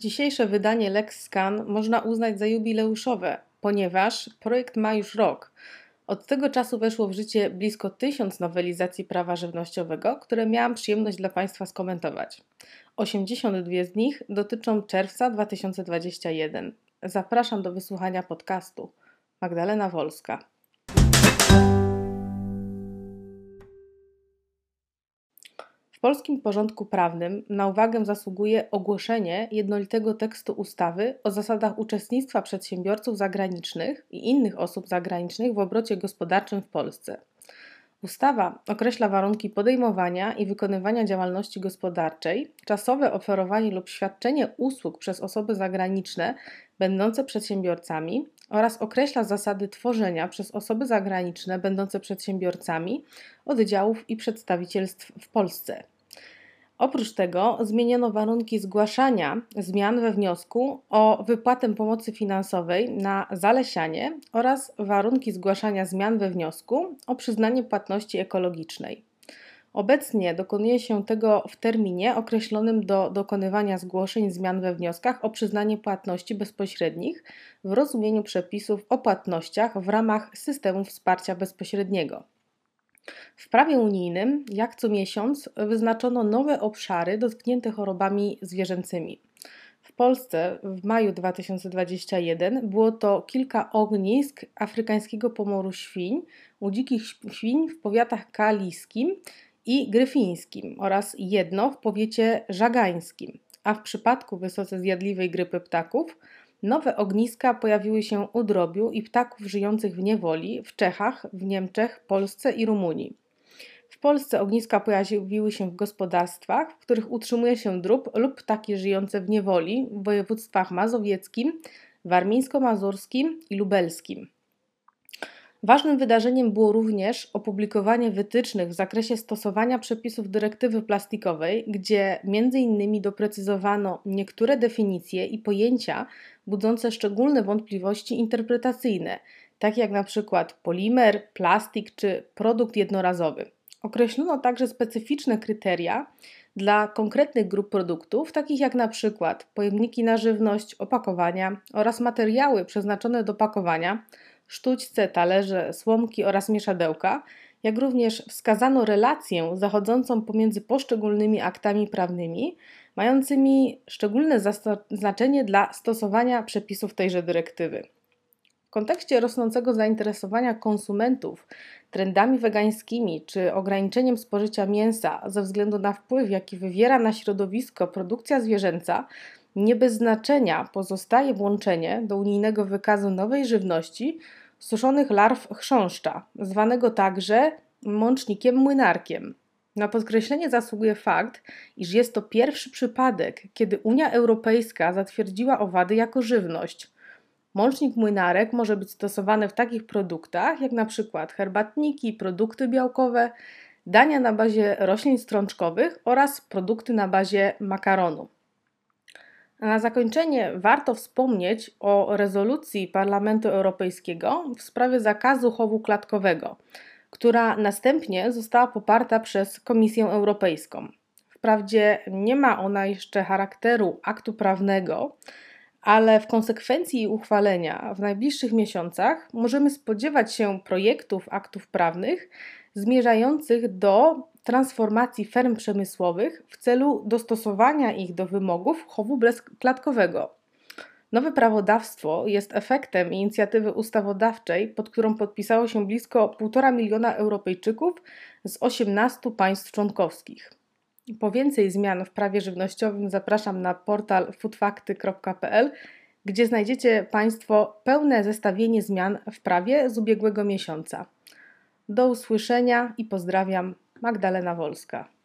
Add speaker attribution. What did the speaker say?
Speaker 1: Dzisiejsze wydanie Lex Scan można uznać za jubileuszowe, ponieważ projekt ma już rok. Od tego czasu weszło w życie blisko 1000 nowelizacji prawa żywnościowego, które miałam przyjemność dla Państwa skomentować. 82 z nich dotyczą czerwca 2021. Zapraszam do wysłuchania podcastu. Magdalena Wolska. W polskim porządku prawnym na uwagę zasługuje ogłoszenie jednolitego tekstu ustawy o zasadach uczestnictwa przedsiębiorców zagranicznych i innych osób zagranicznych w obrocie gospodarczym w Polsce. Ustawa określa warunki podejmowania i wykonywania działalności gospodarczej, czasowe oferowanie lub świadczenie usług przez osoby zagraniczne będące przedsiębiorcami oraz określa zasady tworzenia przez osoby zagraniczne będące przedsiębiorcami oddziałów i przedstawicielstw w Polsce. Oprócz tego zmieniono warunki zgłaszania zmian we wniosku o wypłatę pomocy finansowej na zalesianie oraz warunki zgłaszania zmian we wniosku o przyznanie płatności ekologicznej. Obecnie dokonuje się tego w terminie określonym do dokonywania zgłoszeń zmian we wnioskach o przyznanie płatności bezpośrednich w rozumieniu przepisów o płatnościach w ramach systemu wsparcia bezpośredniego. W prawie unijnym, jak co miesiąc, wyznaczono nowe obszary dotknięte chorobami zwierzęcymi. W Polsce w maju 2021 było to kilka ognisk afrykańskiego pomoru świń u dzikich świń w powiatach kaliskim i gryfińskim oraz jedno w powiecie żagańskim, a w przypadku wysoce zjadliwej grypy ptaków nowe ogniska pojawiły się u drobiu i ptaków żyjących w niewoli w Czechach, w Niemczech, Polsce i Rumunii. W Polsce ogniska pojawiły się w gospodarstwach, w których utrzymuje się drób lub ptaki żyjące w niewoli w województwach mazowieckim, warmińsko-mazurskim i lubelskim. Ważnym wydarzeniem było również opublikowanie wytycznych w zakresie stosowania przepisów dyrektywy plastikowej, gdzie m.in. doprecyzowano niektóre definicje i pojęcia budzące szczególne wątpliwości interpretacyjne, takie jak na przykład polimer, plastik czy produkt jednorazowy. Określono także specyficzne kryteria dla konkretnych grup produktów, takich jak na przykład pojemniki na żywność, opakowania oraz materiały przeznaczone do pakowania, sztućce, talerze, słomki oraz mieszadełka, jak również wskazano relację zachodzącą pomiędzy poszczególnymi aktami prawnymi, mającymi szczególne znaczenie dla stosowania przepisów tejże dyrektywy. W kontekście rosnącego zainteresowania konsumentów trendami wegańskimi czy ograniczeniem spożycia mięsa ze względu na wpływ, jaki wywiera na środowisko produkcja zwierzęca, nie bez znaczenia pozostaje włączenie do unijnego wykazu nowej żywności suszonych larw chrząszcza, zwanego także mącznikiem młynarkiem. Na podkreślenie zasługuje fakt, iż jest to pierwszy przypadek, kiedy Unia Europejska zatwierdziła owady jako żywność. Mącznik młynarek może być stosowany w takich produktach jak na przykład herbatniki, produkty białkowe, dania na bazie roślin strączkowych oraz produkty na bazie makaronu. A na zakończenie warto wspomnieć o rezolucji Parlamentu Europejskiego w sprawie zakazu chowu klatkowego, która następnie została poparta przez Komisję Europejską. Wprawdzie nie ma ona jeszcze charakteru aktu prawnego, ale w konsekwencji jej uchwalenia w najbliższych miesiącach możemy spodziewać się projektów aktów prawnych zmierzających do transformacji ferm przemysłowych w celu dostosowania ich do wymogów chowu bezklatkowego. Nowe prawodawstwo jest efektem inicjatywy ustawodawczej, pod którą podpisało się blisko 1,5 miliona Europejczyków z 18 państw członkowskich. Po więcej zmian w prawie żywnościowym zapraszam na portal foodfakty.pl, gdzie znajdziecie Państwo pełne zestawienie zmian w prawie z ubiegłego miesiąca. Do usłyszenia i pozdrawiam, Magdalena Wolska.